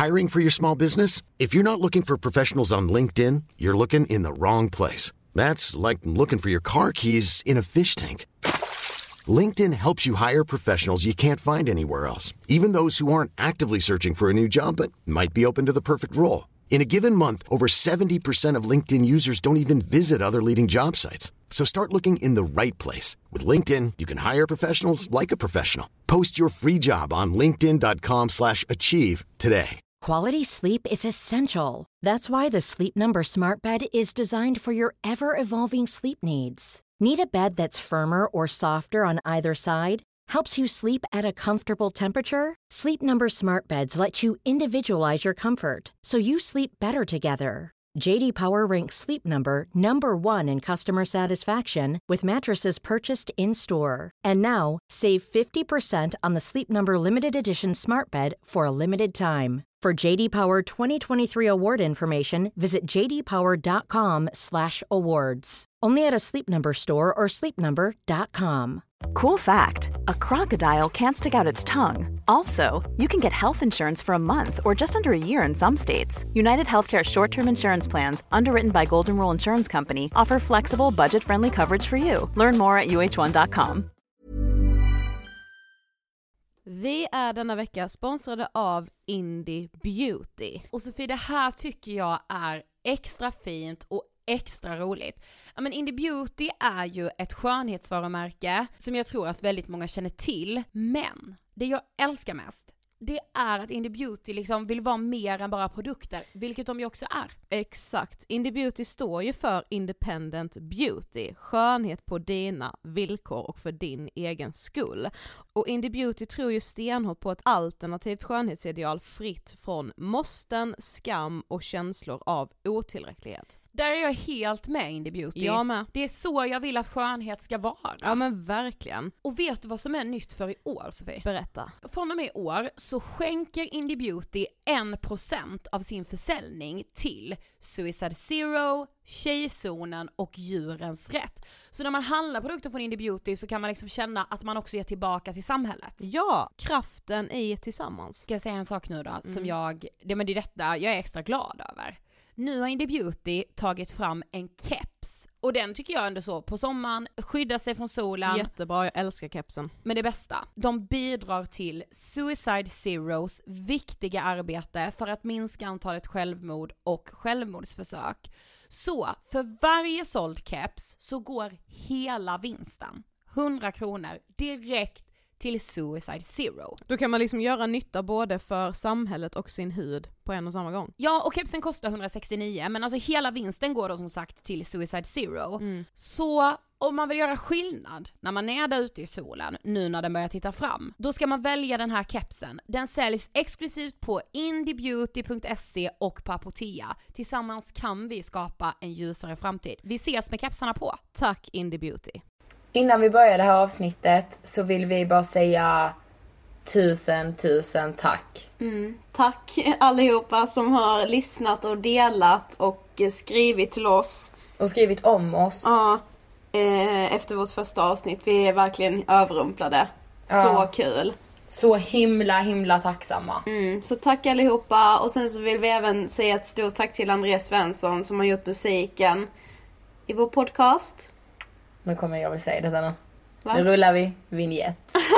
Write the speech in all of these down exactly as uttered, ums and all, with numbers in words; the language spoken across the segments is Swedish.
Hiring for your small business? If you're not looking for professionals on LinkedIn, you're looking in the wrong place. That's like looking for your car keys in a fish tank. LinkedIn helps you hire professionals you can't find anywhere else, even those who aren't actively searching for a new job but might be open to the perfect role. In a given month, over seventy percent of LinkedIn users don't even visit other leading job sites. So start looking in the right place. With LinkedIn, you can hire professionals like a professional. Post your free job on linkedin dot com slash achieve today. Quality sleep is essential. That's why the Sleep Number Smart Bed is designed for your ever-evolving sleep needs. Need a bed that's firmer or softer on either side? Helps you sleep at a comfortable temperature? Sleep Number Smart Beds let you individualize your comfort, so you sleep better together. J D Power ranks Sleep Number number one in customer satisfaction with mattresses purchased in-store. And now, save fifty percent on the Sleep Number Limited Edition Smart Bed for a limited time. For J D Power twenty twenty-three award information, visit j d power dot com slash awards. Only at a Sleep Number store or sleep number dot com. Cool fact, a crocodile can't stick out its tongue. Also, you can get health insurance for a month or just under a year in some states. United Healthcare short-term insurance plans, underwritten by Golden Rule Insurance Company, offer flexible, budget-friendly coverage for you. Learn more at u h one dot com. Vi är denna vecka sponsrade av Indie Beauty. Och Sofie, det här tycker jag är extra fint och extra roligt. Ja, men Indie Beauty är ju ett skönhetsvarumärke som jag tror att väldigt många känner till. Men det jag älskar mest, det är att Indie Beauty liksom vill vara mer än bara produkter, vilket de ju också är. Exakt. Indie Beauty står ju för Independent Beauty, skönhet på dina villkor och för din egen skull. Och Indie Beauty tror ju stenhårt på ett alternativt skönhetsideal fritt från måsten, skam och känslor av otillräcklighet. Där är jag helt med Indie Beauty. Jag med. Det är så jag vill att skönhet ska vara. Ja men verkligen. Och vet du vad som är nytt för i år, Sofie? Berätta. Från och med i år så skänker Indie Beauty en procent av sin försäljning till Suicide Zero, Tjejzonen och Djurens Rätt. Så när man handlar produkter från Indie Beauty så kan man liksom känna att man också ger tillbaka till samhället. Ja, kraften i tillsammans. Ska jag säga en sak nu då? Mm. Som jag, det, men det är detta jag är extra glad över. Nu har Indie Beauty tagit fram en keps. Och den tycker jag ändå så, på sommaren, skydda sig från solen. Jättebra, jag älskar kepsen. Men det bästa, de bidrar till Suicide Zeros viktiga arbete för att minska antalet självmord och självmordsförsök. Så för varje såld keps så går hela vinsten, hundra kronor, direkt till Suicide Zero. Då kan man liksom göra nytta både för samhället och sin hud på en och samma gång. Ja, och kepsen kostar hundrasextionio, men alltså hela vinsten går då som sagt till Suicide Zero. Mm. Så om man vill göra skillnad när man är där ute i solen, nu när den börjar titta fram, då ska man välja den här kepsen. Den säljs exklusivt på indiebeauty punkt se och på Apotea. Tillsammans kan vi skapa en ljusare framtid. Vi ses med kepsarna på. Tack Indie Beauty. Innan vi börjar det här avsnittet så vill vi bara säga tusen, tusen tack. Mm, tack allihopa som har lyssnat och delat och skrivit till oss. Och skrivit om oss. Ja, eh, efter vårt första avsnitt. Vi är verkligen överrumplade. Ja. Så kul. Så himla, himla tacksamma. Mm, så tack allihopa. Och sen så vill vi även säga ett stort tack till Andreas Svensson som har gjort musiken i vår podcast. Nu kommer jag väl säga detta nu. Va? Nu rullar vi vignett.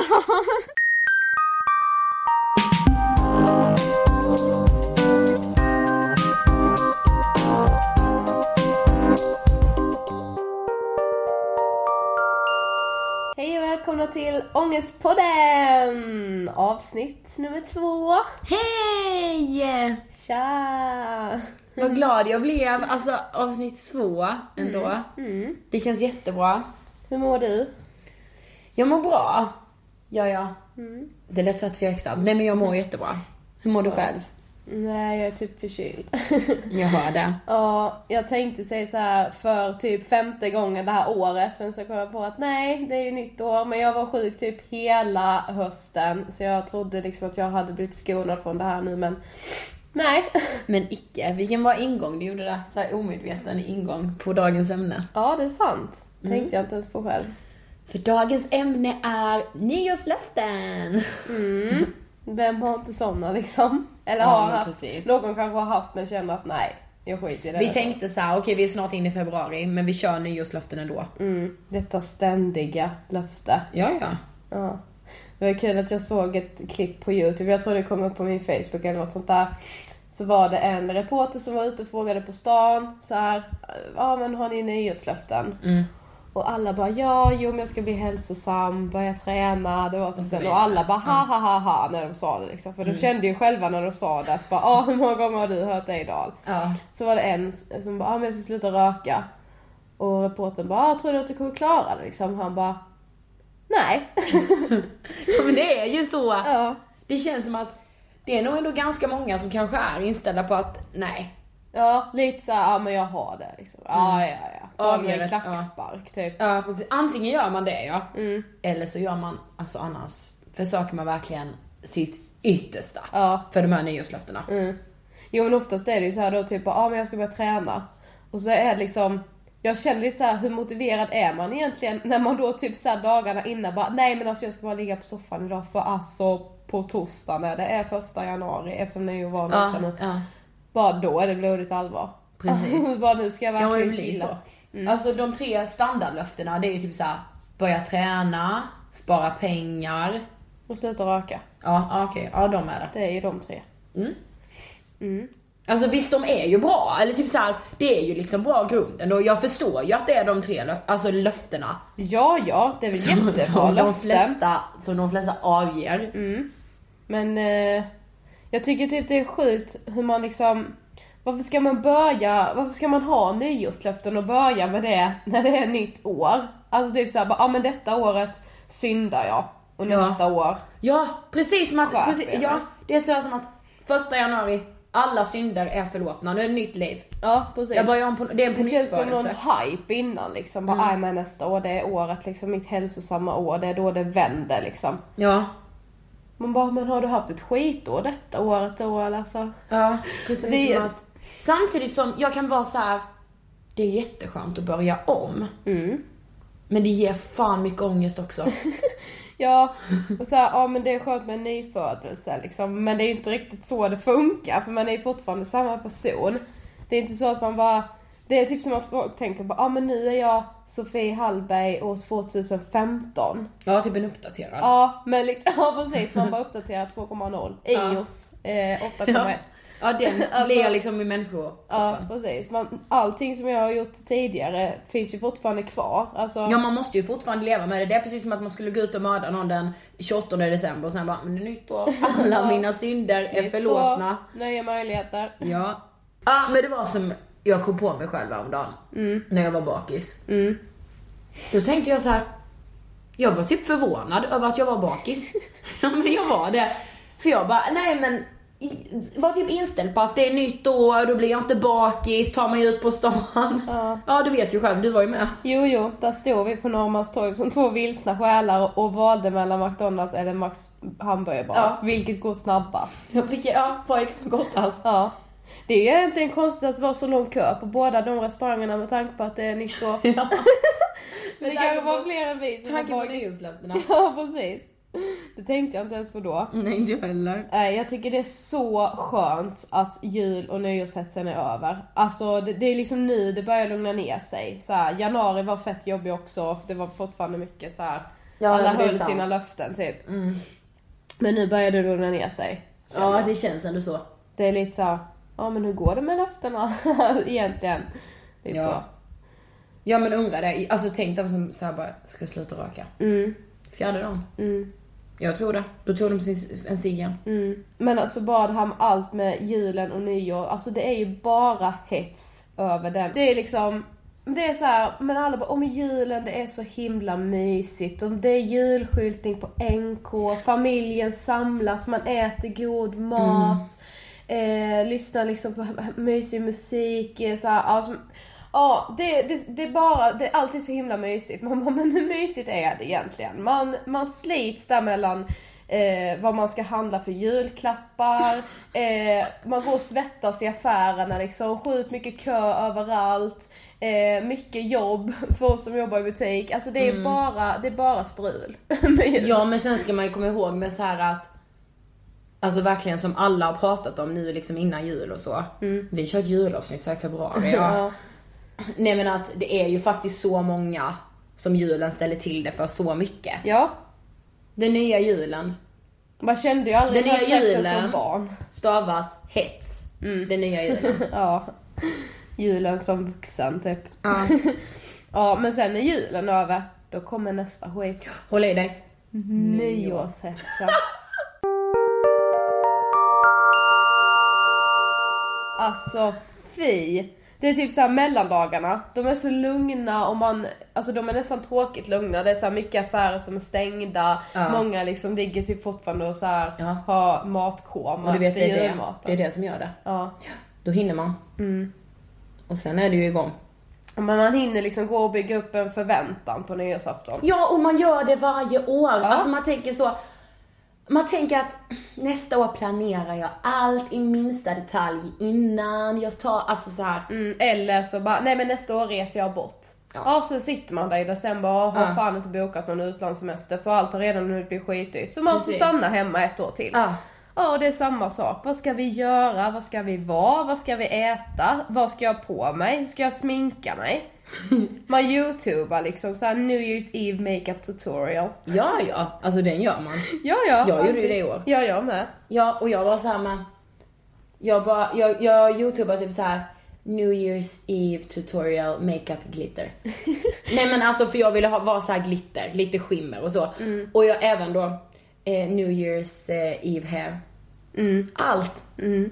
Hej och välkomna till Ångestpodden! Avsnitt nummer två. Hej! Tja! Vad glad jag blev. Alltså avsnitt två ändå. Mm. Mm. Det känns jättebra. Hur mår du? Jag mår bra. Ja, ja. Mm. Det lät så tveksamt. Nej, men jag mår jättebra. Hur mår du själv? Nej, jag är typ förkyld. Jag hör det. Ja, jag tänkte säga så här för typ femte gången det här året. Men så kom jag på att nej, det är ju nytt år. Men jag var sjuk typ hela hösten. Så jag trodde liksom att jag hade blivit skonad från det här nu, men nej. Men icke. Vilken var ingång? Du gjorde det så här omedveten ingång på dagens ämne. Ja, det är sant. Tänkte Mm. jag inte ens på själv. För dagens ämne är nyårslöften. Mm. Vem har inte såna liksom? Eller Ja, har men haft, precis. någon kanske har haft men känner att nej, jag skiter i det. Vi där. tänkte så här, okej okay, vi är snart inne i februari, men vi kör nyårslöften ändå. Mm, detta ständiga löfte. Ja, ja. Ja. Det var kul att jag såg ett klipp på YouTube, jag tror det kom upp på min Facebook eller något sånt där. Så var det en reporter som var ute och frågade på stan så här, ja men har ni nyårslöften? Mm. Och alla bara, ja, jo men jag ska bli hälsosam, börja träna, det var typ så den. Och alla bara, ha ha ha ha när de sa det liksom. För de kände ju själva när de sa det, att bara, ja hur många gånger har du hört det idag? Ja. Så var det en som bara, ja men jag ska sluta röka. Och reportern bara, ja, tror du att du kommer klara det liksom? Han bara, nej. Ja, men det är ju så. Ja. Det känns som att det är nog ändå ganska många som kanske är inställda på att nej. Ja, lite så här, ja men jag har det liksom. Ja, ja, ja. Ta det med en klackspark typ. Ja, precis. Antingen gör man det, ja. Mm. Eller så gör man, alltså annars försöker man verkligen sitt yttersta Ja. för de här nyårslöftena. Mm. Jo men oftast är det ju så här då typ, ja men jag ska börja träna. Och så är det liksom, jag känner lite så här, hur motiverad är man egentligen när man då typ så här dagarna innan bara, nej men alltså jag ska bara ligga på soffan idag för alltså på torsdag när det är första januari eftersom det är ju var nu Ja, sen nu. ja. Bara då är det blodigt allvar. Precis. Bara nu ska jag Ja, men det verkligen blir chilla. så. Mm. Alltså de tre standardlöftena, det är ju typ så här: börja träna, spara pengar. Och sluta röka. Ja, ja okej. Ja, de är det. Det är ju de tre. Mm. Mm. Alltså visst, de är ju bra. Eller typ så här, det är ju liksom bra grunden. Och jag förstår ju att det är de tre lö- alltså löftena. Ja, ja, det är väl Som, jättebra som, de löften. flesta, som de flesta avger. Mm. Men eh, jag tycker typ det är sjukt hur man liksom, varför ska man börja, varför ska man ha nyårslöften och börja med det när det är nytt år? Alltså typ såhär, ja men detta året syndar jag och Ja. nästa år. Ja, precis som att, Skärp precis, er. ja, det är så här som att första januari, alla synder är förlåtna. Nu är det nytt liv. Ja, precis. Jag börjar om på, det är en Det känns som någon pånyttfödelse. hype innan liksom, bara mm. men nästa år, det är året liksom, mitt hälsosamma år, det är då det vänder liksom. Ja. Man bara, men har du haft ett skitår detta året då eller alltså? Ja, precis Det- som att, samtidigt som jag kan vara så här: det är jätteskönt att börja om. Mm. Men det ger fan mycket ångest också. Ja, och så här, ja men det är skönt med en nyfödelse liksom, men det är inte riktigt så det funkar, för man är ju fortfarande samma person. Det är inte så att man bara, det är typ som att folk tänker på, ja men nu är jag Sofie Hallberg år tjugohundrafemton. Ja, typ en uppdaterad. Ja, men liksom, ja precis, man bara uppdaterar två komma noll, I O S eh, åtta komma ett. Ja, den Alltså- blir liksom i människor. Ja, precis. Man, allting som jag har gjort tidigare finns ju fortfarande kvar. Alltså, Ja, man måste ju fortfarande leva med det. Det är precis som att man skulle gå ut och mörda någon den tjugoåttonde december och sen bara, men det är nytt år. Alla mina synder är nytt förlåtna. år, nya möjligheter. Ja. Ah, men det var som jag kom på mig själv häromdagen. Mm. När jag var bakis. Mm. Då tänkte jag så här. Jag var typ förvånad över att jag var bakis. Ja, men jag var det. För jag bara, nej men i- var typ inställd på att det är nytt år, då blir jag inte bakis, tar mig ut på stan. Ja. Ja, du vet ju själv, du var ju med. Jo, jo, där stod vi på Norrmalmstorg som två vilsna själar och, och valde mellan McDonalds eller Max hamburgerbar. Ja. Vilket går snabbast. Jag fick, ja, vad gick gott alltså. Ja. Det är ju egentligen konstigt att det var så lång kö på båda de restaurangerna med tanke på att det är nytt år. Ja. Men det kanske var fler än vi som var Tanke på bakis. nyårslöftena. Ja, precis. Det tänkte jag inte ens på då. Nej, inte jag heller. Nej, jag tycker det är så skönt att jul- och nyårshetsen är över. Alltså det, det är liksom nu det börjar lugna ner sig. Så här, januari var fett jobbig också. Det var fortfarande mycket så här. Ja, alla det är höll sant. sina löften typ. Mm. Men nu börjar det lugna ner sig. känner Ja, jag. det känns ändå så. Det är lite så här, ja men hur går det med löftena egentligen? Lite Ja. så. Ja, men undrar det. Alltså tänk de som så här bara ska sluta röka. Mm, Fjärde dagen. mm. Jag tror det. Då tog de sin, en cigg igen. Mm. Men alltså bara det här med allt med julen och nyår, alltså det är ju bara hets över den. Det är liksom, det är så här, men alla bara, om julen det är så himla mysigt, om det är julskyltning på N K, familjen samlas, man äter god mat, mm. eh, lyssnar liksom på mysig musik, så här, alltså, ja, det, det, det är bara, det är alltid så himla mysigt. Man bara, men hur mysigt är det egentligen? Man, man slits där mellan eh, vad man ska handla för julklappar, eh, man går och svettas i affärerna liksom, sjukt mycket kö överallt, eh, mycket jobb för oss som jobbar i butik. Alltså det är Mm. bara, det är bara strul med jul. Ja, men sen ska man ju komma ihåg med så här att Alltså verkligen som alla har pratat om nu liksom innan jul och så. Mm. Vi kör ett julavsnitt så här i februari. Ja. Ja. Nej men att det är ju faktiskt så många som julen ställer till det för så mycket. Ja. Den nya julen. Man kände ju aldrig den nya julen som barn. Stavas hets. Mm. Den nya julen. Ja. Julen som vuxen typ. Ja. Ja, men sen är julen över. Då kommer nästa skit. Håll i dig. Nyårshetsen. Alltså fy. Det är typ så här mellandagarna. De är så lugna och man, alltså de är nästan tråkigt lugna. Det är så här mycket affärer som är stängda. Ja. Många liksom ligger typ fortfarande och så här ja. har matkoma. Och du vet det är det, det är det som gör det. Ja. Då hinner man. Mm. Och sen är det ju igång. Men man hinner liksom gå och bygga upp en förväntan på nyårsafton. Ja, och man gör det varje år. Ja. Alltså man tänker så. Man tänker att nästa år planerar jag allt i minsta detalj innan jag tar, alltså så här. Mm, eller så bara, nej men nästa år reser jag bort. Ja, ja sen sitter man där i december och har ja. fan inte bokat någon utlandssemester för allt har redan nu blivit skitdyrt. Så man Precis. får stanna hemma ett år till. Ja. Ja, det är samma sak. Vad ska vi göra? Vad ska vi vara? Vad ska vi äta? Vad ska jag på mig? Ska jag sminka mig? Man youtubar liksom så här New Year's Eve makeup tutorial. Ja, ja. Alltså den gör man. Ja, ja. Jag gjorde ju det i år. Ja, jag med. Ja, och jag var så här med. Jag bara, jag, jag youtubar typ så här New Year's Eve tutorial makeup glitter. Nej men alltså för jag ville ha, vara så här glitter, lite skimmer och så. Mm. Och jag även då eh, New Year's eh, Eve hair. Mm. Allt. Mm.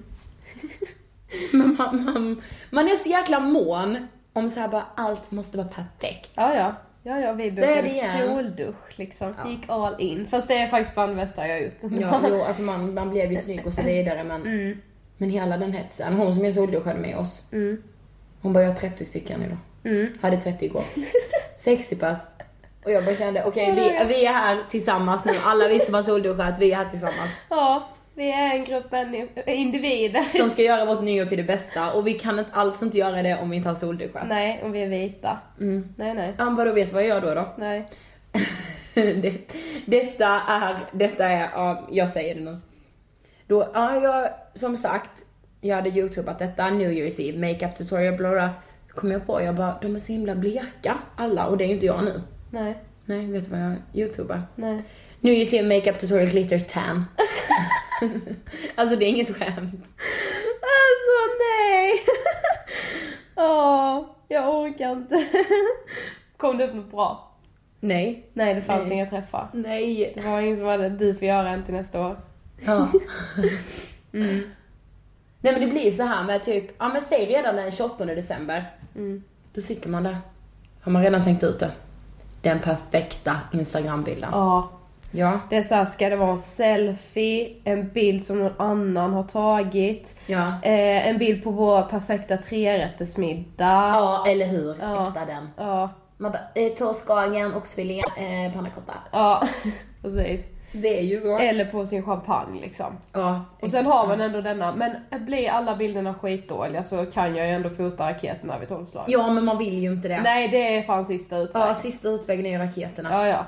man, man, man, man är så jäkla mån om så här bara allt måste vara perfekt. Ja, ja. Ja, ja, vi bokade soldusch liksom. Ja. Gick all in. Fast det är faktiskt bland det bästa jag har gjort. Ja, jo, alltså man, man blev ju snygg och så vidare. Men, mm. men hela den hetsen. Hon som gör solduschade med oss. Mm. Hon bara, jag har trettio stycken idag. Mm. Hade trettio igår. sextio pass. Och jag bara kände, okej, okay, vi, vi är här tillsammans nu. Alla vi som har solduschat, vi är här tillsammans. Ja. Vi är en grupp individer som ska göra vårt nyår till det bästa. Och vi kan inte alls inte göra det om vi inte har solduschat. Nej, om vi är vita. Mm. Nej, nej. Ja, vad då vet vad jag gör då då? Nej. det, detta är, detta är, ja, jag säger det nu. Då, ja, jag, som sagt, jag hade youtubat detta, New Year's Eve, makeup tutorial, bla. Kom jag på, jag bara, de är så himla bleka, alla. Och det är inte jag nu. Nej. Nej, vet du vad jag youtubar? Nej. New Year's Eve, makeup tutorial, glitter tan. Alltså det är inget skämt. Alltså nej. Åh, jag orkar inte. Kom det upp något bra? Nej. Nej, det fanns nej. inga träffar. Nej. Det var ingen som hade, du får göra en till nästa år. Ja. mm. Nej men det blir så här med typ, ja men säg redan den tjugoåttonde december. Mm. Då sitter man där. Har man redan tänkt ut det? Den perfekta Instagram-bilden. Ja. Ja. Det är så här, ska det vara en selfie, en bild som någon annan har tagit. Ja. Eh, en bild på vår perfekta trerättersmiddag. Ja, eller hur? Ja. Äkta den. Ja. Man bara, eh, torsdagen, oxfilé, eh, pannacotta. Ja, precis. Det är ju så. Eller på sin champagne liksom. Ja. Och sen har man ändå denna. Men blir alla bilderna skitdåliga så kan jag ju ändå fota raketerna vid tolvslag. Ja, men man vill ju inte det. Nej, det är fan sista utvägen. Ja, sista utvägen är ju raketerna. Ja, ja.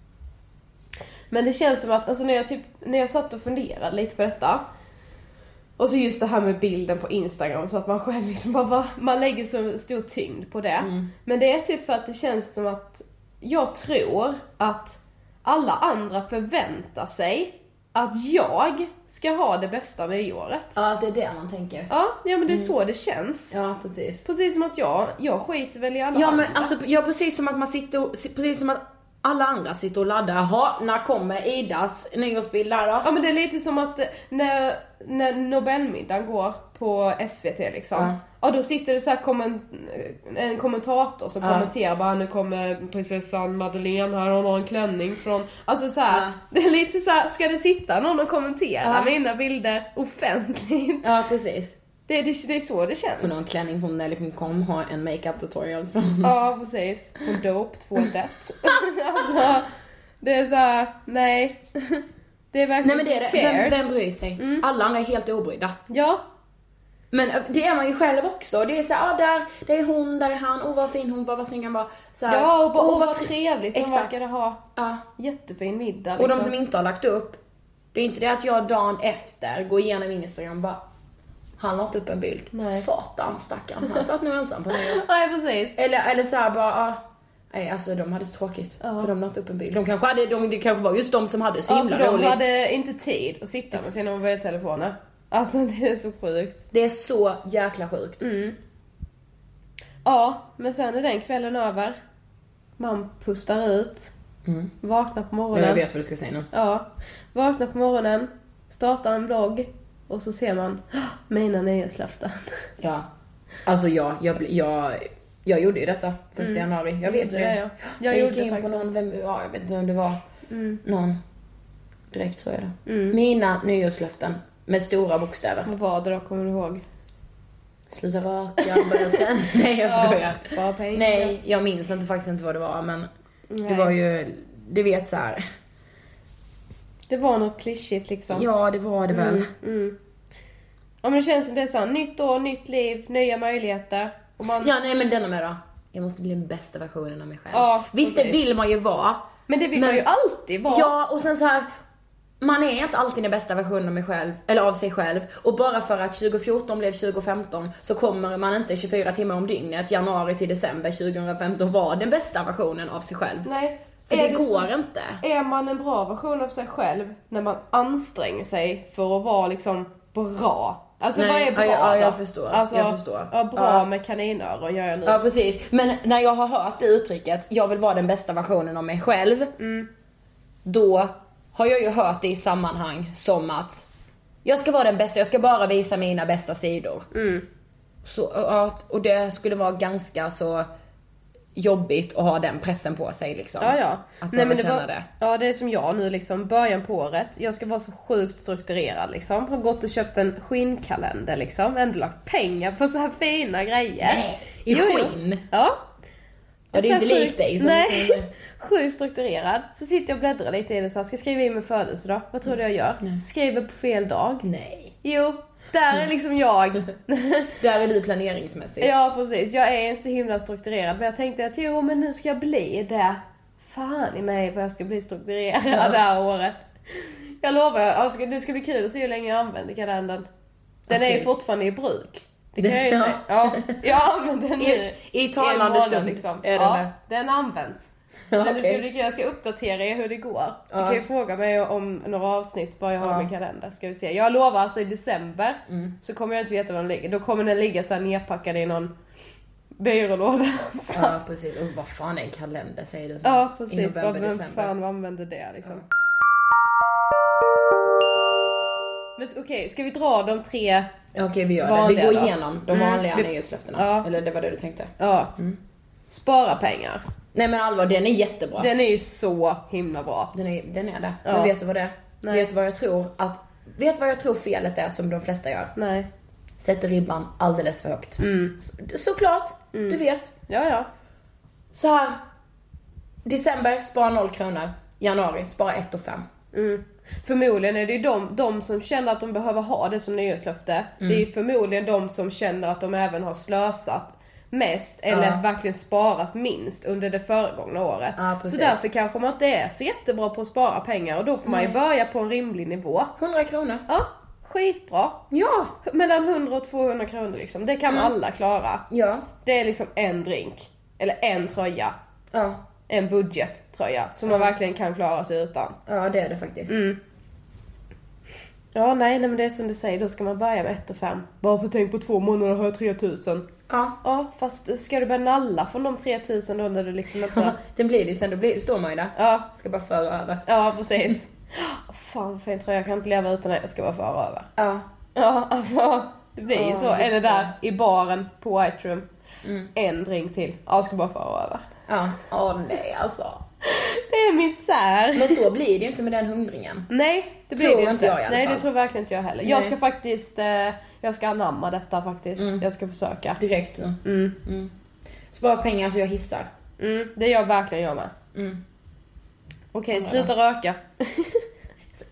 Men det känns som att, alltså när jag typ, när jag satt och funderade lite på detta. Och så just det här med bilden på Instagram, så att man själv liksom bara, man lägger så stor tyngd på det. Mm. Men det är typ för att det känns som att jag tror att alla andra förväntar sig att jag ska ha det bästa nyåret. Ja, det är det man tänker. Ja, ja men det är mm. så det känns. Ja, precis. Precis som att jag, jag skiter väl i alla ja, andra. Men, alltså, ja, precis som att man sitter och, precis som att alla andra sitter och laddar. Jaha, när kommer Idas nyårsbild där då? Ja, men det är lite som att när, när Nobelmiddagen går på S V T liksom. Ja, ja då sitter det så här komment, en kommentator som ja. kommenterar bara, nu kommer prinsessan Madeleine här, hon har en klänning från, alltså så här, ja. det är lite så här, ska det sitta någon och kommentera ja. mina bilder offentligt? Ja, precis. Det, det, det är så det känns. På någon klänning från Nelly punkt com har en makeup tutorial från... Ja, precis. Från Dope två ett. Alltså, det är så här, nej. Det är verkligen nej, men det är det. Vem, vem bryr sig? Mm. Alla andra är helt obrydda. Ja. Men det är man ju själv också. Det är så här, ah, där, där är hon, där är han. Åh, oh, vad fin hon var, vad snygg han var. Så här, ja, och, bara, oh, och vad trevligt. De verkade ha ja. jättefin middag. Liksom. Och de liksom. som inte har lagt upp, Det är inte det att jag dagen efter går igenom Instagram och bara, han la inte upp en bild. Nej. Satan, stackarn. Han satt nu ensam på nyår. Nej, precis. Eller, eller så här bara, ah, nej alltså de hade så tråkigt. Ja. För de la inte upp en bild. De kanske hade, de, det kanske var just de som hade så Ja, himla för de roligt. hade inte tid att sitta med sina mobiltelefoner. Alltså det är så sjukt. Det är så jäkla sjukt. Mm. Ja, men sen är den kvällen över. Man pustar ut. Mm. Vaknar på morgonen. Jag vet vad du ska säga nu. Ja, vaknar på morgonen. Startar en blogg. Och så ser man "Åh, mina nyhetslöften." Ja. Alltså jag, jag, bli- jag, jag gjorde ju detta första Mm. januari. Jag vet Det det. är jag. Jag, Jag, gjorde gick in faktiskt. på någon, vem, ja, jag vet inte om det var Mm. någon. Direkt så är det. Mm. Mina nyårslöften med stora bokstäver. Vad var det då, kommer du ihåg? Sluta röka, börja träna. Nej, jag skojar. Ja, spara pengar. Nej, jag minns inte faktiskt inte vad det var, men Nej. det var ju, du vet så här. Det var något klyschigt liksom. Ja, det var det väl. Mm, mm. Ja, men det känns som det är så här, nytt år, nytt liv, nya möjligheter. Och man... Ja, nej men denna med då. Jag måste bli den bästa versionen av mig själv. Ja, visst, det precis. vill man ju vara. Men det vill Men- man ju alltid vara. Ja, och sen så här. Man är inte alltid den bästa versionen av mig själv, eller av sig själv. Och bara för att tjugo fjorton blev tjugo femton så kommer man inte tjugofyra timmar om dygnet, januari till december tjugo femton, vara den bästa versionen av sig själv. Nej. För Är det så- går inte. Är man en bra version av sig själv när man anstränger sig för att vara liksom bra? Alltså Nej, vad är bra ja, ja, jag då? förstår, Alltså, jag förstår. Ja, bra Ja. med kaninöron gör jag nu. Ja, precis. Men när jag har hört det uttrycket, jag vill vara den bästa versionen av mig själv, Mm. då har jag ju hört det i sammanhang som att jag ska vara den bästa, jag ska bara visa mina bästa sidor. Mm. Så, ja, och det skulle vara ganska så jobbigt att ha den pressen på sig liksom. Ja, ja. Att Nej, man men det känna var, det. Ja, det är som jag nu liksom, början på året. Jag ska vara så sjukt strukturerad liksom. Har gått och köpt en skinnkalender liksom. Ändå lagt pengar på så här fina grejer. I Jo, jo. skinn? Ja. Ja, det är Så inte sjukt- likt dig som Nej, liten- sjukt strukturerad. Så sitter jag och bläddrar lite i det så här. Ska skriva in min födelsedag. Vad tror du jag gör? Skriver på fel dag. Nej. Jo, där är liksom jag. Där är du planeringsmässig. Ja, precis. Jag är inte så himla strukturerad. Men jag tänkte att jo, men nu ska jag bli det. Fan i mig vad jag ska bli strukturerad Ja. det här året. Jag lovar, alltså, det ska bli kul att se hur länge jag använder kalendern. Den är Okej. ju fortfarande i bruk. Det kan jag ju Ja. säga. Ja, jag använder den I- nu. i talande en månad, stund liksom. är den Ja, där. den används. Ja, Men det okej. ska bli kul. Jag ska uppdatera er hur det går. Ja. Du kan ju fråga mig om några avsnitt vad jag har Ja. i min kalender. Ska vi se. Jag lovar alltså i december Mm. så kommer jag inte veta var den ligger. Då kommer den ligga så här nerpackad i någon byrålåda. Ja, precis. Och vad fan är en kalender, säger du så? Ja, I precis. Bara, november, vem december. fan använder det liksom? Men okej, ska vi dra de tre? Ja, okej, vi gör det. Vanliga Vi går då. igenom de Mm. vanliga Vi- nyårslöftena. Ja. Eller det var det du tänkte? Ja. Mm. Spara pengar. Nej men allvar, den är jättebra. Den är ju så himla bra. Den är, den är det. Ja. Men vet du vad det är? Nej. Vet du vad jag tror att... Vet du vad jag tror felet är som de flesta gör? Nej. Sätter ribban alldeles för högt. Mm. Så, såklart, du vet. Ja, ja. Så här. December, spara noll kronor. Januari, spara ett och fem. Mm. Förmodligen är det ju de, de som känner att de behöver ha det som nyårslöfte. Mm. Det är ju förmodligen de som känner att de även har slösat mest eller Ja. verkligen sparat minst under det föregångna året. Ja, så precis. därför kanske man inte är så jättebra på att spara pengar och då får man ju börja på en rimlig nivå. hundra kronor. Ja, skitbra. Ja. Mellan hundra och tvåhundra kronor liksom. Det kan Mm. alla klara. Ja. Det är liksom en drink. Eller en tröja. Ja. En budgettröja. Som man verkligen kan klara sig utan. Ja, det är det faktiskt. Mm. Ja, nej, nej men det är som du säger. Då ska man börja med ett och fem. Bara för tänk på två månader har jag tre tusen. Ja. Ja, fast ska du börja nalla från de tre tusen då när du liksom inte... Den blir det sen, då blir, står man ju där. Ja, Ska bara föra över. ja precis. Fan vad fin tröja, jag kan inte leva utan det. Jag ska bara föra över. Ja. Ja, alltså det blir ju Ja, så. just Eller det. där i baren på White Room. Mm. En drink till. Ja, jag ska bara föra över. Ja. Åh nej alltså. Det är misär. Men så blir det ju inte med den hundringen. Nej, det blir Tror det ju inte inte. jag i alla Nej, fall. det tror verkligen inte jag heller. Nej. Jag ska faktiskt, eh, jag ska anamma detta faktiskt. Mm. Jag ska försöka. Direkt. Ja. Mm. Mm. Spara pengar så jag hissar. Mm, det gör verkligen jag med. Mm. Okej, Ja. sluta röka.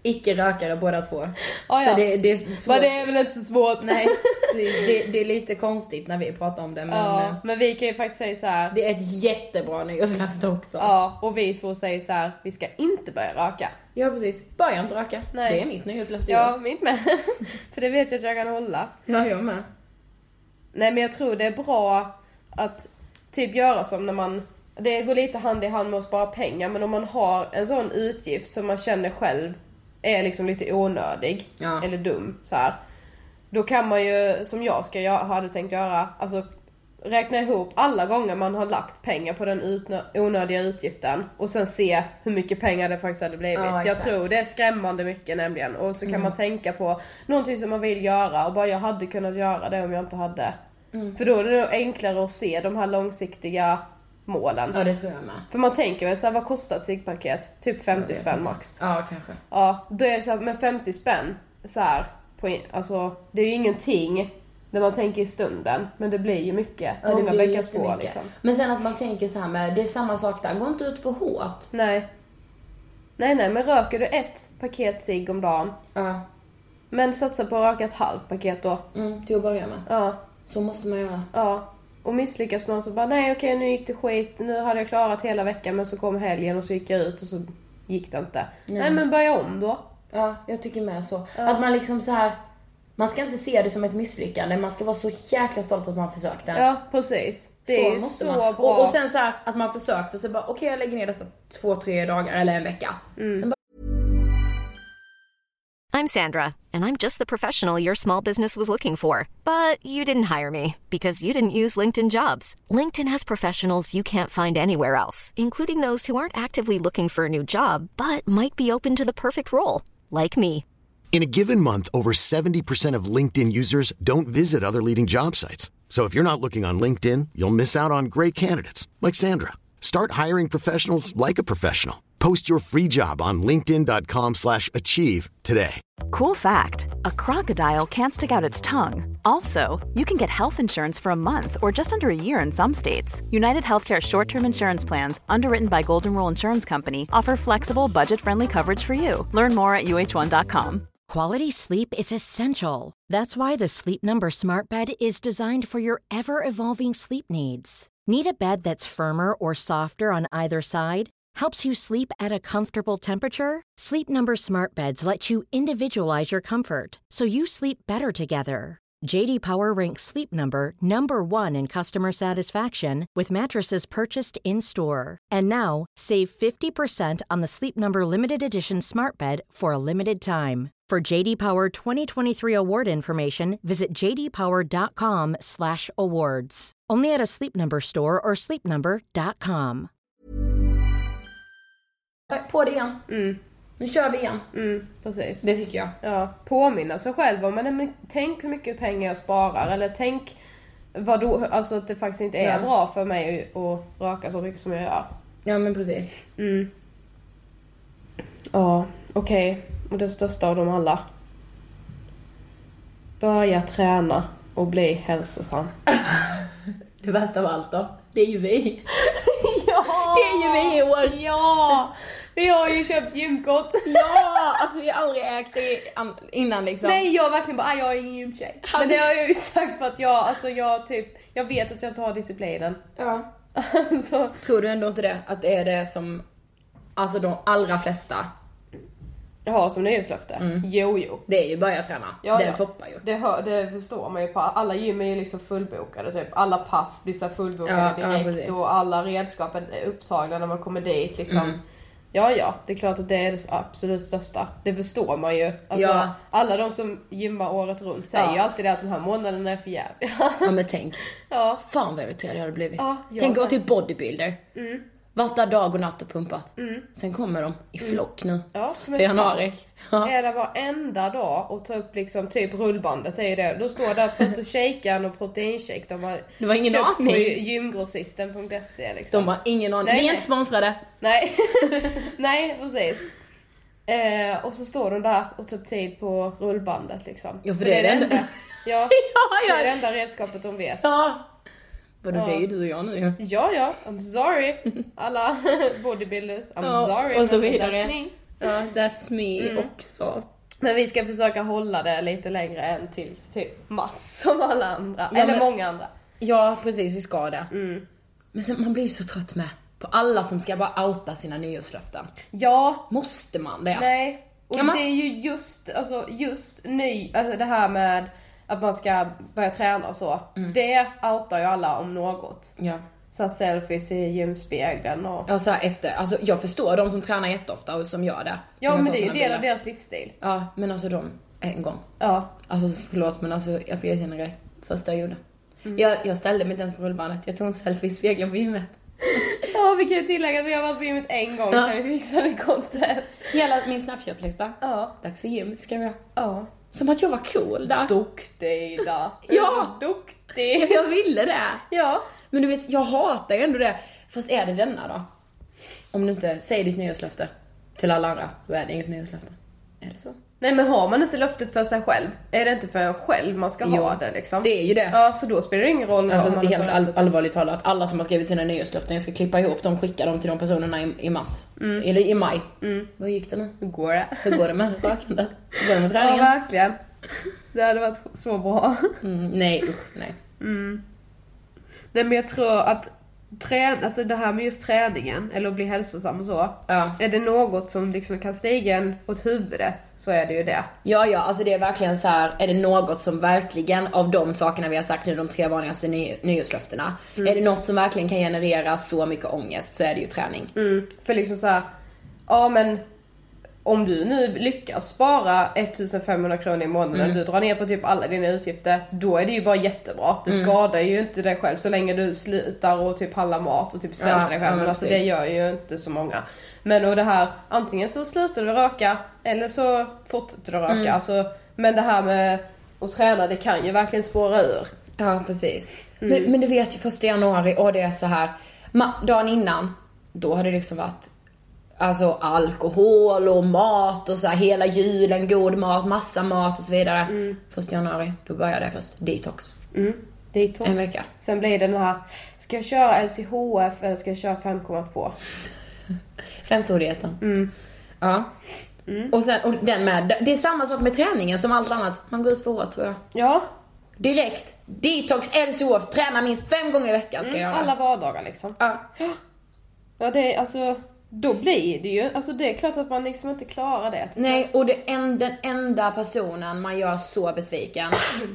icke-rökare båda två. Ah, ja. Så det, det är svårt. Men det är väl inte så svårt. Nej, det, det, det är lite konstigt när vi pratar om det. Men, ja, men vi kan ju faktiskt säga så här. Det är ett jättebra nyårslöfte också. Ja, och vi två säger så här: vi ska inte börja röka. Ja, precis. Börja inte röka. Nej. Det är mitt nyårslöfte. Ja, mitt med. För det vet jag att jag kan hålla. Ja, jag med. Nej, men jag tror det är bra att typ göra som när man... Det går lite hand i hand med att spara pengar. Men om man har en sån utgift som man känner själv är liksom lite onödig. Ja. Eller dum så här. Då kan man ju, som jag ska jag hade tänkt göra, alltså räkna ihop alla gånger man har lagt pengar på den utnö- onödiga utgiften. Och sen se hur mycket pengar det faktiskt hade blivit. Ja, jag tror det är skrämmande mycket nämligen. Och så kan mm. man tänka på någonting som man vill göra. Och bara jag hade kunnat göra det om jag inte hade. Mm. För då är det nog enklare att se de här långsiktiga målen. Ja, det tror jag med. För man tänker väl så här, vad kostar ett ciggpaket? Typ femtio spänn max. Ja, kanske. Ja, då är det så här, med femtio spänn så här, på, alltså det är ju ingenting när man tänker i stunden, men det blir ju mycket. Ja, många bäckar på liksom. Men sen att man tänker så här med, det är samma sak där, gå inte ut för hårt. Nej. Nej, nej, men röker du ett paket cigg om dagen. Ja. Men satsa på att röka ett halvt paket då. Mm, till att börja med. Ja. Så måste man göra. Ja. Och misslyckas man så bara, nej okej, nu gick det skit. Nu hade jag klarat hela veckan, men så kom helgen och så gick jag ut och så gick det inte. Nej, nej men börja om då. Ja, jag tycker med så. Ja. Att man liksom så här, man ska inte se det som ett misslyckande. Man ska vara så jäkla stolt att man försökte. Ja, precis. Det så är ju så man. bra. Och, och sen så här, att man försökte och så bara, okej okay, jag lägger ner detta två, tre dagar eller en vecka. Mm. Sen bara... I'm Sandra, and I'm just the professional your small business was looking for. But you didn't hire me because you didn't use LinkedIn Jobs. LinkedIn has professionals you can't find anywhere else, including those who aren't actively looking for a new job, but might be open to the perfect role, like me. In a given month, over seventy percent of LinkedIn users don't visit other leading job sites. So if you're not looking on LinkedIn, you'll miss out on great candidates like Sandra. Start hiring professionals like a professional. Post your free job on linkedin dot com slash achieve today. Cool fact, a crocodile can't stick out its tongue. Also, you can get health insurance for a month or just under a year in some states. United Healthcare short-term insurance plans, underwritten by Golden Rule Insurance Company, offer flexible, budget-friendly coverage for you. Learn more at U H one dot com. Quality sleep is essential. That's why the Sleep Number Smart Bed is designed for your ever-evolving sleep needs. Need a bed that's firmer or softer on either side? Helps you sleep at a comfortable temperature? Sleep Number Smart Beds let you individualize your comfort, so you sleep better together. J D Power ranks Sleep Number number one in customer satisfaction with mattresses purchased in-store. And now, save fifty percent on the Sleep Number Limited Edition Smart Bed for a limited time. For J D Power twenty twenty-three award information, visit j d power dot com slash awards. Only at a Sleep Number store or sleep number dot com. På det igen. Mm. Nu kör vi igen. Mm, precis. Det tycker jag. Ja, påminna sig själv om, men tänk hur mycket pengar jag sparar. Eller tänk vad då, alltså att det faktiskt inte är ja. bra för mig att röka så mycket som jag gör. Ja, men precis. Mm. Ja, okej. Okay. Och det största av dem alla. Börja träna och bli hälsosam. Det värsta av allt då, det är ju vi. Ja! Det är ju vi i år. Ja! Vi har ju köpt gymkort. Ja, alltså vi har aldrig ägt det innan liksom. Nej, jag verkligen bara, jag är ingen gymtjej. Men det har jag ju sagt för att jag, alltså jag typ, jag vet att jag inte har disciplinen. Ja. Så. Tror du ändå inte det? Att det är det som, alltså de allra flesta jag har som nyårslöfte. Mm. Jo, jo. Det är ju börja träna. Ja, den ja. toppar ju. Det, hör, det förstår man ju på. Alla gym är ju liksom fullbokade. Typ. Alla pass blir så fullbokade ja, direkt. Ja, och alla redskapen är upptagna när man kommer dit. Liksom. Mm. Ja, ja. Det är klart att det är det absolut största. Det förstår man ju. Alltså, ja. Alla de som gymmar året runt säger ja. ju alltid det att de här månaderna är för jävliga. Ja, men tänk. Ja. Fan vad irriterad jag hade blivit. Ja, tänk att till bodybuilder. Mm. Vart där dag och natt och pumpat. Mm. Sen kommer de i flock nu. Ja, första januari. Ja. Är det varenda dag och ta upp liksom typ rullbandet är det. Då står där protein och proteinshake. De har det var ingen köpt aning. på gymgrossisten punkt se liksom. De har ingen aning. Nej, Vi är nej. inte sponsrade. Nej. Nej, precis. Eh, och så står de där och tar tid på rullbandet liksom. Ja, för, för det är det enda. Ja, ja, ja. Det är det enda redskapet de vet. Ja. Vadå, ja. det är ju du och jag nu ju. Ja, ja. I'm sorry. Alla bodybuilders. I'm ja, sorry. Och så vidare. Ja, that's me mm. också. Men vi ska försöka hålla det lite längre än tills typ mass som alla andra. Ja, eller men, många andra. Ja, precis, vi ska det. Mm. Men sen, man blir ju så trött med på alla som ska bara outa sina nyårslöften. Ja. Måste man det? Nej. Och man... det är ju just, alltså just ny, alltså det här med att man ska börja träna och så. Mm. Det outar ju alla om något. Ja. Så här selfies i gymspegeln och... Ja, så här efter, alltså jag förstår de som tränar jätteofta och som gör det. Ja, men det är ju del av deras livsstil. Ja, men alltså de, en gång. Ja. Alltså förlåt, men alltså jag ska erkänna grej. Första jag gjorde. Mm. Jag, jag ställde mig inte ens på rullbandet. Jag tog en selfie i spegeln på gymmet. Ja, vi kan ju tillägga att vi har varit på gymmet en gång ja. Sen vi fixade content. Hela min Snapchat-lista. Ja. Dags för gym, ska vi. Ja. Som att jag var cool där. Duktig där. Ja, så duktig. Jag ville det. Ja. Men du vet, jag hatar ju ändå det. Fast är det denna då? Om du inte säger ditt nyårslöfte till alla andra, då är det inget nyårslöfte. Är det så? Nej, men har man inte löftet för sig själv? Är det inte för en själv man ska jo, ha det liksom? Det är ju det. Ja, så då spelar det ingen roll. Alltså man helt all, allvarligt talat, att alla som har skrivit sina nyårslöften, jag ska klippa ihop dem, skicka dem till de personerna i, i mars. Mm. Eller i maj. Mm. Vad gick det nu? Hur går det? Hur går det med rökandet? Hur går det med träningen? Ja, verkligen. Det hade varit så bra. Mm, nej, usch, nej. Mm. Nej, men jag tror att trän, alltså det här med just träningen eller att bli hälsosam och så. Ja. Är det något som liksom kan stiga en åt huvudet, så är det ju det. Ja, ja, alltså det är verkligen så här, är det något som verkligen av de sakerna vi har sagt nu, de tre vanligaste ny, nyårslöftena, mm. är det något som verkligen kan generera så mycket ångest, så är det ju träning. Mm. För liksom så här, ja men om du nu lyckas spara ettusenfemhundra kronor i månaden, mm. du drar ner på typ alla dina utgifter, då är det ju bara jättebra. Det mm. skadar ju inte dig själv så länge du slutar och typ handlar mat och typ svälter ja, dig själv. Men alltså det gör ju inte så många. Men och det här, antingen så slutar du röka eller så fortsätter du röka. Mm. Alltså, men det här med att träna, det kan ju verkligen spåra ur. Ja, precis. Mm. Men, men du vet ju första januari, och det är så här, ma- dagen innan, då har det liksom varit alltså alkohol och mat och så här, hela julen, god mat, massa mat och så vidare. Mm. Första januari, då börjar det först. Detox. Mm. Detox. En vecka. Sen blir det den här, ska jag köra L C H F eller ska jag köra fem komma två? Femtodieten. Mm. Ja. Mm. Och sen, och den med, det är samma sak med träningen som allt annat. Man går ut för år, tror jag. Ja. Direkt. Detox, L C H F, träna minst fem gånger i veckan ska mm, jag göra. Alla vardagar liksom. Ja. Ja, det är alltså... Då blir det ju, alltså det är klart att man liksom inte klarar det. Nej, och det en, den enda personen man gör så besviken,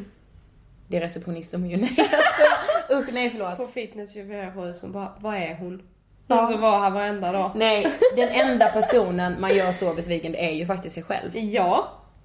det är receptionisten på Unis. Usch, nej förlåt. På Fitness tjugofyra sju som bara, vad är hon? Ja. Alltså var här varenda dag. Nej, den enda personen man gör så besviken, det är ju faktiskt sig själv. Ja.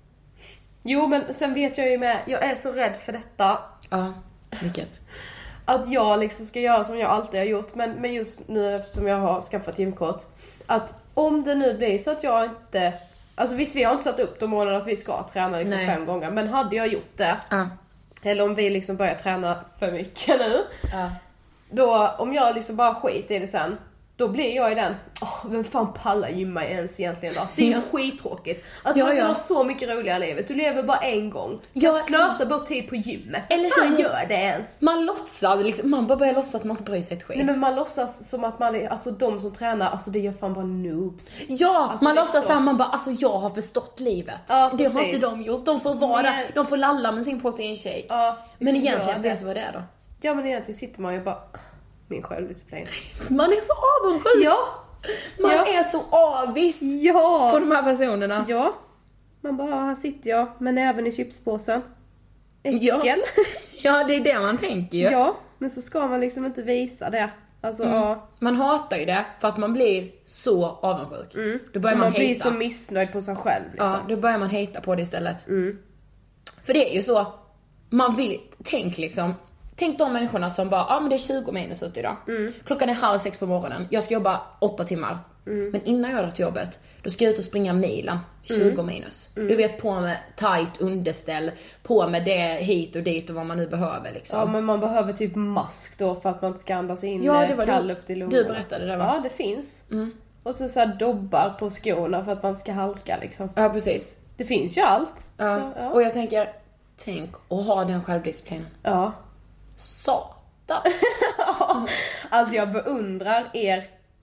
Jo, men sen vet jag ju med, jag är så rädd för detta. Ja, vilket? Att jag liksom ska göra som jag alltid har gjort. Men, men just nu eftersom jag har skaffat gymkort. Att om det nu blir så att jag inte... Alltså visst, vi har inte satt upp de månaderna att vi ska träna liksom fem gånger. Men hade jag gjort det. Uh. Eller om vi liksom börjar träna för mycket nu. Uh. Då, om jag liksom bara skiter i det sen. Då blir jag i den, åh, vem fan pallar gymma ens egentligen då? Det är ju skittråkigt. Alltså ja, man kan ja. ha så mycket roliga i livet. Du lever bara en gång. Ja, slösa bort tid på gymmet. Eller man gör det ens. Man låtsas, liksom, man bara börjar låtsas att man inte bryr sig ett skit. Nej, men man låtsas som att man är, alltså de som tränar, alltså det gör fan bara noobs. Ja, alltså, man låtsas så. Att man bara, alltså jag har förstått livet. Ja, det har inte de gjort, de får vara men... de får lalla med sin proteinshake. Ja, men egentligen, vet du vad det är då? Ja, men egentligen sitter man ju bara, min självdisciplin. Man är så avundsjuk. Ja. Man ja. är så avis ja. på de här personerna. Ja. Man bara, här sitter jag, men även i chipspåsen. Äckel. Ja. Ja, det är det man tänker ju. Ja, men så ska man liksom inte visa det. Alltså, mm. ja. Man hatar ju det för att man blir så avundsjuk. Mm. Då börjar man, man blir hejta. så missnöjd på sig själv. Liksom. Ja, då börjar man hejta på det istället. Mm. För det är ju så, man vill, tänk liksom, tänk de människorna som bara, ja ah, men det är tjugo minus ute idag. Mm. Klockan är halv sex på morgonen. Jag ska jobba åtta timmar. Mm. Men innan jag drar till jobbet, då ska jag ut och springa milen. tjugo mm. minus. Mm. Du vet, på med tight underställ. På med det hit och dit och vad man nu behöver liksom. Ja, men man behöver typ mask då för att man inte ska andas in ja, det var kall du, luft i lungorna. Du berättade det, va? Ja, det finns. Mm. Och så, så här dobbar på skorna för att man ska halka liksom. Ja, precis. Det finns ju allt. Ja. Så, ja. Och jag tänker, tänk att ha den självdisciplinen. Ja. Satan. Alltså jag beundrar er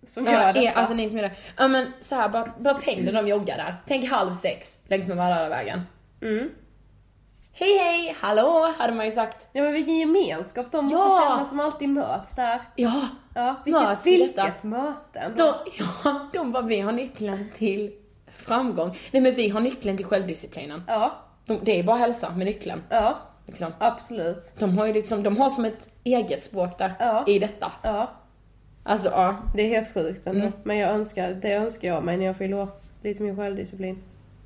som ja, gör detta. Är, alltså ni som gör det. Ja men så här, bara, bara tänk när de joggar där. Tänk halv sex längs med Valhallavägen. Mm. Hej hej, hallå, hade man ju sagt. Ja men vilken gemenskap de måste Ja. känna som alltid möts där. Ja, Ja, vilket, möts i detta. vilket möte ändå. De, ja, de bara, vi har nyckeln till framgång. Nej men vi har nyckeln till självdisciplinen. Ja, De, det är bara hälsa med nyckeln. ja, Liksom. absolut. De har ju liksom, de har som ett eget språk där Ja. i detta. Ja, Alltså ja. det är helt sjukt ändå. Mm. Men jag önskar, det önskar jag mig när jag fyller år. Lite min självdisciplin.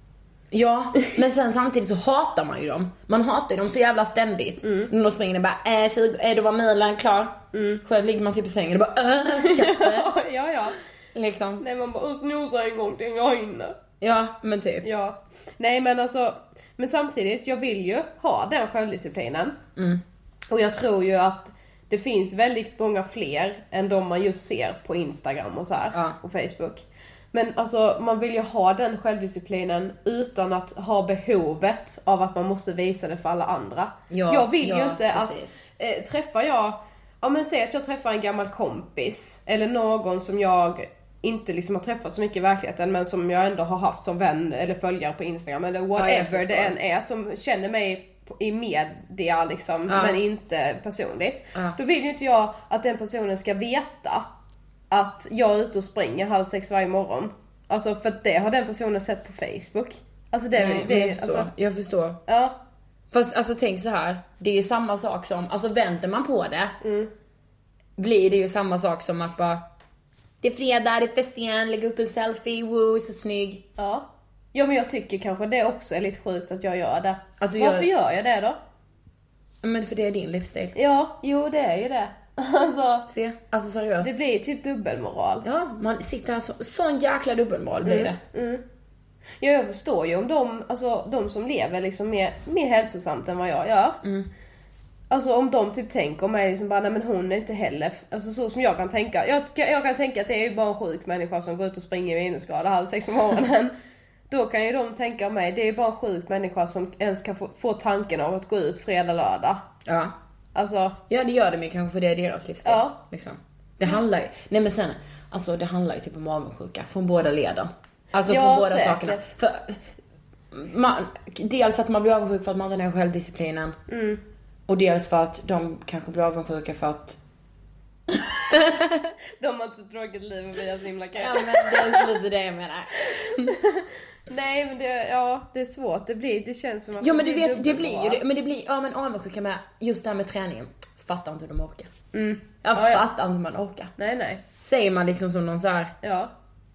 Ja, men sen samtidigt så hatar man ju dem. Man hatar ju dem så jävla ständigt. Mm. När de springer och bara, äh, tjugo, äh, då var milen klar. Mm. Själv ligger man typ i sängen och bara, äh, kaffe. ja, ja. Liksom. Nej, man bara snosa en gång till jag hinner. Ja, men typ. Ja. Nej, men alltså, men samtidigt, jag vill ju ha den självdisciplinen. Mm. Och jag tror ju att det finns väldigt många fler än de man just ser på Instagram och så här, Ja. och Facebook. Men alltså man vill ju ha den självdisciplinen utan att ha behovet av att man måste visa det för alla andra. Ja, jag vill ja, ju inte precis. att eh, träffar jag, ja men säg att jag träffar en gammal kompis eller någon som jag inte liksom har träffat så mycket i verkligheten men som jag ändå har haft som vän eller följare på Instagram eller whatever det än är, som känner mig i media liksom, ja. men inte personligt. Ja. Då vill ju inte jag att den personen ska veta att jag är ute och springer halv sex varje morgon. Alltså för att det har den personen sett på Facebook. Alltså det, Nej, det jag förstår. alltså, Jag förstår. ja. Fast alltså tänk så här, det är ju samma sak som, alltså vänder man på det, Mm. blir det ju samma sak som att bara, det är fredag, det är fest igen, lägga upp en selfie, woo, så snygg. Ja. Ja men jag tycker kanske det också är lite sjukt att jag gör det. Att du Varför gör- gör jag det då? Men för det är din livsstil. Ja, jo det är ju det. Alltså, Se, alltså seriöst. det blir typ dubbelmoral. Ja, man sitter här så, sån jäkla dubbelmoral blir det. Mm. Ja, jag förstår ju om de, alltså de som lever liksom mer, mer hälsosamt än vad jag gör. Mm. Alltså om de typ tänker mig liksom bara, nej men hon är inte heller, alltså så som jag kan tänka. Jag, jag kan tänka att det är ju bara en sjuk människa som går ut och springer i minusgrad halv sex på morgonen. Då kan ju de tänka mig, det är ju bara en sjuk människa som ens kan få, få tanken av att gå ut fredag, lördag. Ja. Alltså, Ja, det gör de ju kanske för det är deras livsstil. Ja. Liksom. Det handlar ju, nej men sen, alltså det handlar ju typ om avundsjuka från båda leden. Alltså Ja, från båda säkert. sakerna. För, man, dels att man blir avundsjuk för att man inte har självdisciplinen. mm. Och dels för att de kanske blir avundsjuka för att... De har inte tråkigt liv och vi har så himla kul. Ja men det är lite det jag menar. Nej men det, ja, det är svårt, det blir, det känns som att Ja men du blir vet, det blir ju dubbelmoral. det, men det blir, ja men avundsjuka med just det här med träningen. Fattar inte hur de orkar. Mm. Jag Ja, ja. fattar inte hur man orkar. Nej nej, Säger man liksom som någon så här. ja.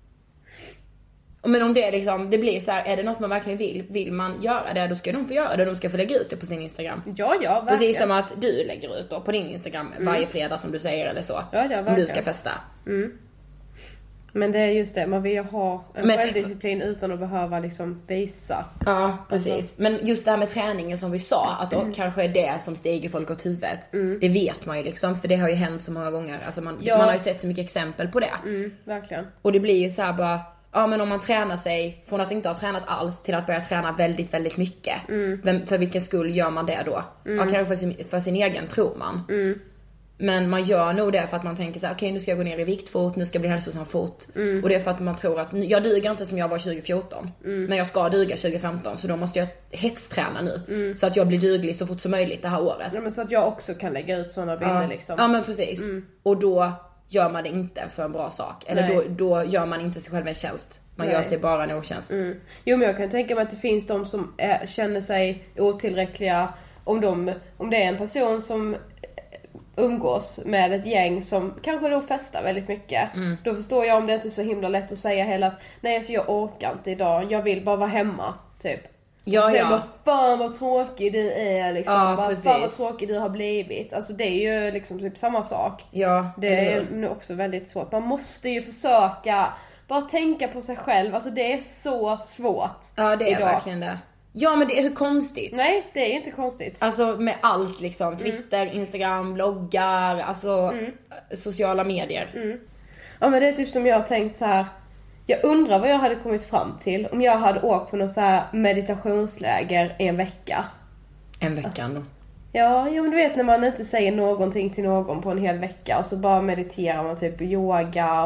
Men om det är liksom, det blir så här, är det något man verkligen vill, vill man göra det, då ska de få göra det, de ska få lägga ut det på sin Instagram. Ja ja, verkligen. Precis som att du lägger ut då på din Instagram varje fredag som du säger eller så. Ja, ja, om du verkligen. ska festa. Men det är just det, man vill ju ha en Men- självdisciplin utan att behöva liksom visa. Ja, precis. Men just det här med träningen som vi sa, att då kanske är det som stiger folk åt huvudet. Det vet man ju liksom, för det har ju hänt så många gånger. Alltså man, Ja. man har ju sett så mycket exempel på det. Mm, verkligen. Och det blir ju så här bara, ja men om man tränar sig från att inte ha tränat alls till att börja träna väldigt, väldigt mycket. Vem, för vilken skull gör man det då? Ja, kanske för sin, för sin egen, tror man. Men man gör nog det för att man tänker så här: okej, nu ska jag gå ner i vikt fort, nu ska jag bli hälsosam fort. Och det är för att man tror att jag duger inte som jag var tjugo fjorton. Men jag ska duga tjugo femton, så då måste jag hetsträna nu. Så att jag blir duglig så fort som möjligt det här året. Ja men så att jag också kan lägga ut sådana bilder Ja. liksom. Ja men precis. Och då gör man det inte för en bra sak. Eller Nej. då, då gör man inte sig själv en tjänst. Man Nej. gör sig bara en otjänst. Mm. Jo men jag kan tänka mig att det finns de som är, känner sig otillräckliga om, de, om det är en person som umgås med ett gäng som kanske då festar väldigt mycket. Mm. Då förstår jag om det inte är så himla lätt att säga hela att nej alltså jag orkar inte idag, jag vill bara vara hemma typ. Ja, och så säger ja. man, fan vad tråkig du är liksom. Ja, bara, precis. fan vad tråkig du har blivit. Alltså det är ju liksom typ samma sak. Ja, Det eller är hur? nu också väldigt svårt. Man måste ju försöka bara tänka på sig själv. Alltså det är så svårt. Ja, det är idag. verkligen det. Ja, men det är hur konstigt. Nej, det är inte konstigt. Alltså med allt liksom. Twitter, Instagram, bloggar, alltså sociala medier. Ja men det är typ som jag har tänkt så här. Jag undrar vad jag hade kommit fram till om jag hade åkt på någon så här meditationsläger en vecka. En vecka ändå. Ja, ja men du vet när man inte säger någonting till någon på en hel vecka och så bara mediterar man typ yoga och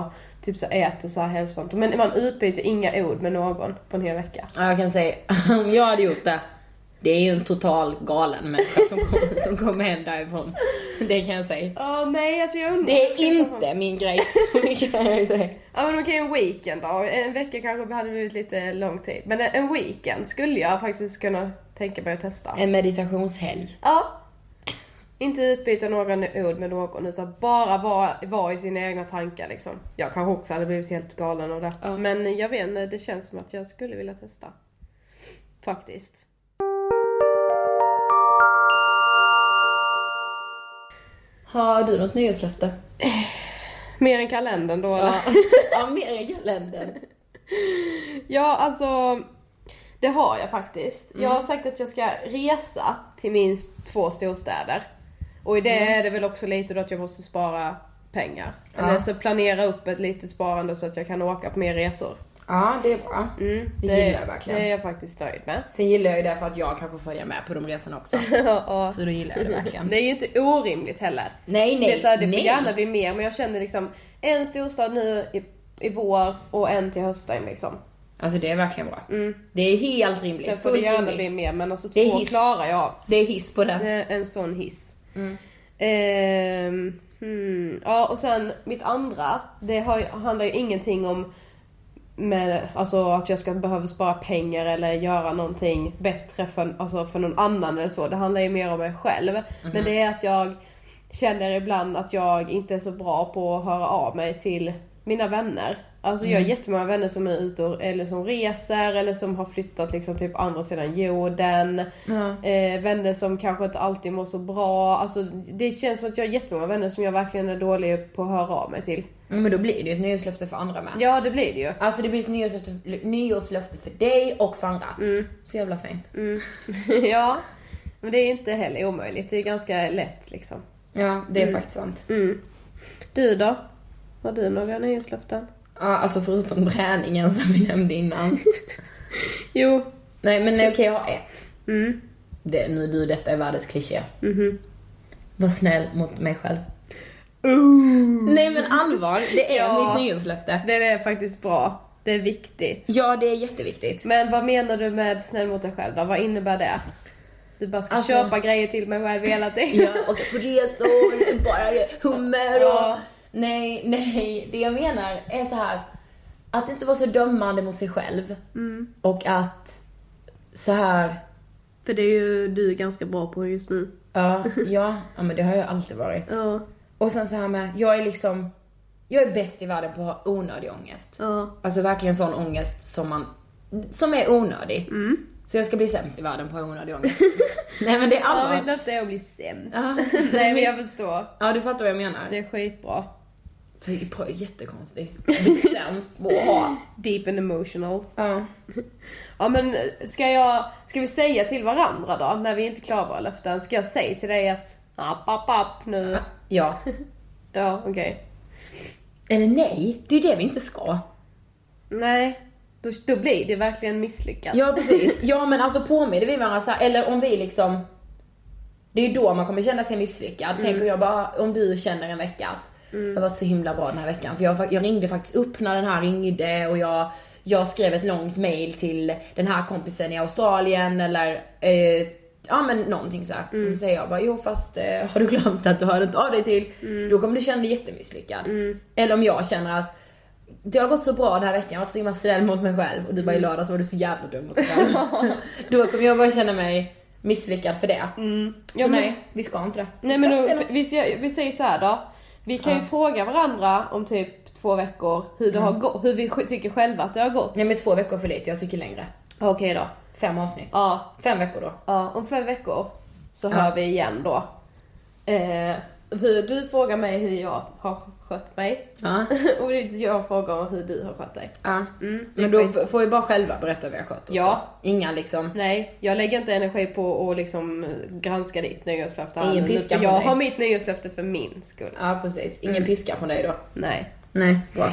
typ så äter så här hälsosamt. Men man utbyter inga ord med någon på en hel vecka. Ja, jag kan säga, om jag hade gjort det, det är ju en total galen människa som kommer, som kommer hem därifrån. Det kan jag säga. Ja, oh, nej, alltså jag undrar. Det är inte min grej, det kan jag säga. Ja, men okej, en weekend då. En vecka kanske hade blivit lite lång tid. Men en weekend skulle jag faktiskt kunna tänka mig att testa. En meditationshelg. Ja. Inte utbyta några ord med någon, utan bara vara, vara i sina egna tankar liksom. Jag kanske också hade blivit helt galen av det. Ja. Men jag vet inte, det känns som att jag skulle vilja testa. Faktiskt. Har du något nyårslöfte? Mer än kalendern då? Ja, ja mer än kalendern. Ja, alltså... Det har jag faktiskt. Mm. Jag har sagt att jag ska resa till minst två storstäder. Och i det mm. är det väl också lite då att jag måste spara pengar. Ja. Eller så planera upp ett litet sparande så att jag kan åka på mer resor. Ja, det är bra. Mm, det, det gillar jag verkligen. Det är jag faktiskt nöjd med. Sen gillar jag ju det för att jag kanske följer med på de resorna också. Ja. Så då gillar jag det verkligen. Det är ju inte orimligt heller. Nej, nej. Det är så här, det får nej. gärna bli mer. Men jag känner liksom en storstad nu i, i vår och en till hösten liksom. Alltså det är verkligen bra. Mm. Det är helt rimligt. Sen får det gärna bli mer, men alltså två hiss. Klarar jag. Det är hiss på det. Det är en sån hiss. Mm. Ehm, hmm. Ja, och sen mitt andra, det har, handlar ju ingenting om med, alltså att jag ska behöva spara pengar eller göra någonting bättre för, alltså för någon annan eller så. Det handlar ju mer om mig själv. Mm. Men det är att jag känner ibland att jag inte är så bra på att höra av mig till mina vänner. Alltså jag har jättemånga vänner som är ute och, eller som reser eller som har flyttat liksom typ andra sidan jorden. Mm. Eh, vänner som kanske inte alltid mår så bra. Alltså det känns som att jag har jättemånga vänner som jag verkligen är dålig på att höra av mig till. Mm, men då blir det ju ett nyårslöfte för andra med. Ja, det blir det ju. Alltså det blir ett nyårslöfte, nyårslöfte för dig och för andra. Mm. Så jävla fint. Mm. Ja, men det är inte heller omöjligt. Det är ganska lätt liksom. Ja, det är mm. faktiskt sant. Mm. Du då? Har du några nyårslöften? Ja, alltså förutom träningen som vi nämnde innan. Jo. Nej, men okej, okay, jag har ett. Mm. Det, nu du, detta är världens kliché. Mm-hmm. Var snäll mot mig själv. Ooh. Nej, men allvar, det är ja, mitt nyårslöfte. Det är faktiskt bra. Det är viktigt. Ja, det är jätteviktigt. Men vad menar du med snäll mot dig själv då? Vad innebär det? Du bara ska alltså, köpa grejer till mig själv hela tiden. Ja, och på resor, bara hummer och... Ja. Nej, nej. Det jag menar är så här att inte vara så dömande mot sig själv. Mm. Och att så här... För det är ju du ganska bra på just nu. Ja, ja, ja men det har jag alltid varit. Ja. Och sen så här med, jag är liksom... Jag är bäst i världen på att ha onödig ångest. Ja. Alltså verkligen sån ångest som man... Som är onödig. Mm. Så jag ska bli sämst i världen på onödig ångest. Nej men det är allvar. Ja, mitt löfte är att bli sämst. Ja. Nej men jag förstår. Ja, du fattar vad jag menar. Det är skitbra. Det är jättekonstigt. Bli sämst på att ha. Deep and emotional. Ja. Ja men ska jag... Ska vi säga till varandra då? När vi inte klarar våra löften. Ska jag säga till dig att... App, app, app nu. Ja. Ja, okej. Okay. Eller nej, det är ju det vi inte ska. Nej. Då, då blir det verkligen misslyckat. Ja, precis. Ja, men alltså påminner vi varandra så här, eller om vi liksom... Det är ju då man kommer känna sig misslyckad. Mm. Tänker jag bara, om du känner en vecka att mm. det har varit så himla bra den här veckan. För jag, jag ringde faktiskt upp när den här ringde och jag, jag skrev ett långt mail till den här kompisen i Australien eller... Eh, ja, men någonting så här. Mm. Och så säger jag bara, jo fast eh, har du glömt att du hörde inte av dig till? Mm. Då kommer du känna dig jättemisslyckad. Mm. Eller om jag känner att det har gått så bra den här veckan, jag har varit så himla snäll mot mig själv och du bara i lördag så var du så jävla dum mot dig själv. Då kommer jag bara känna mig misslyckad för det. Mm. Så ja, men, nej, vi ska inte det. Vi nej men då, vi, vi säger så här då. Vi kan ja. ju fråga varandra om typ två veckor hur det mm. har gått, hur vi tycker själva att det har gått. Nej men två veckor för lite, jag tycker längre. Okej okay, då. Fem avsnitt. Ja. Fem veckor då. Ja, om fem veckor så ja. hör vi igen då. Eh, hur du frågar mig hur jag har skött mig. Ja. Och jag frågar hur du har skött dig. Ja. Mm, men då skit. får vi bara själva berätta vad jag skött. Ja. Inga liksom. Nej, jag lägger inte energi på att liksom granska ditt nyårslöfte. Ingen piska för jag dig. har mitt nyårslöfte för min skull. Ja, precis. Ingen mm. piska från dig då. Nej. Nej, bra.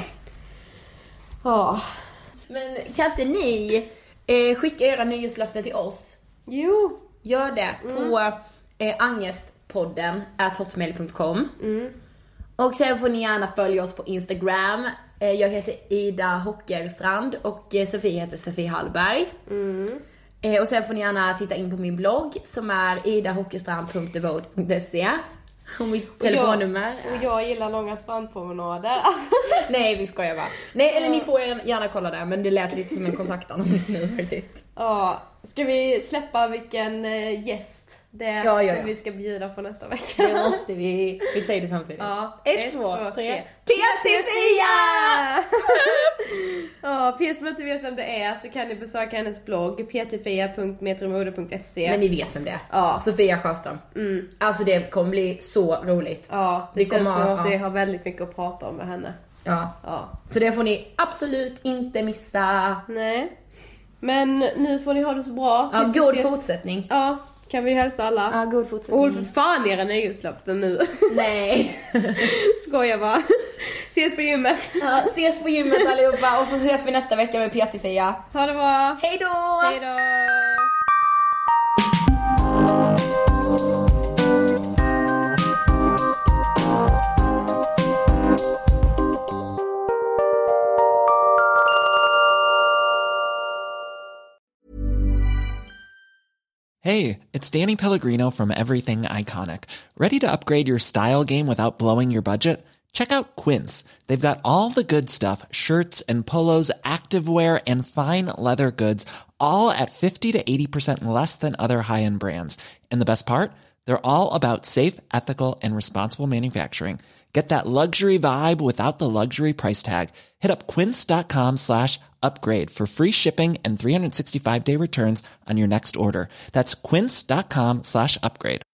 Ja. Men kan inte ni eh, skicka era nyårslöften till oss? Jo. Gör det mm. på eh, angestpodden at hotmail dot com. Mm. Och sen får ni gärna följa oss på Instagram Eh, jag heter Ida Hockerstrand och eh, Sofie heter Sofie Hallberg. Mm. Eh, och sen får ni gärna titta in på min blogg som är ida hockerstrand punkt devote punkt se. Och mitt telefonnummer. Och jag, och jag gillar långa strandpromenader. Nej, vi skojar bara. Nej, eller ni får gärna kolla där, men det lät lite som en kontaktannons nu faktiskt. Ja, ska vi släppa vilken äh, gäst det är ja, ja, ja. som vi ska bjuda på nästa vecka? Det måste vi. Vi säger det samtidigt. Ja. Ett, Ett två, två, tre. P T-Fia! Ja, för er som inte vet vem det är så kan ni besöka hennes blogg p t fia punkt metromode punkt se. Men ni vet vem det är. Ja. Sofia Sjöström. Mm. Alltså det kommer bli så roligt. Ja, det vi känns kommer, som att vi ja. har väldigt mycket att prata om med henne. Ja. Ja. Så det får ni absolut inte missa. Nej. Men nu får ni ha det så bra. Ja, Tills vi god ses. fortsättning. Ja, kan vi hälsa alla. Ja, god fortsättning. Och för fan era nyårslöften nu. Nej. Skojar bara. Ses på gymmet. Ja, ses på gymmet allihopa och så ses vi nästa vecka med P T-Fia. Ha det bra. Hej då! Hej då! Hey, it's Danny Pellegrino from Everything Iconic. Ready to upgrade your style game without blowing your budget? Check out Quince. They've got all the good stuff, shirts and polos, activewear, and fine leather goods, all at fifty to eighty percent less than other high-end brands. And the best part? They're all about safe, ethical, and responsible manufacturing. Get that luxury vibe without the luxury price tag. Hit up quince.com slash upgrade for free shipping and three sixty-five day returns on your next order. That's quince.com slash upgrade.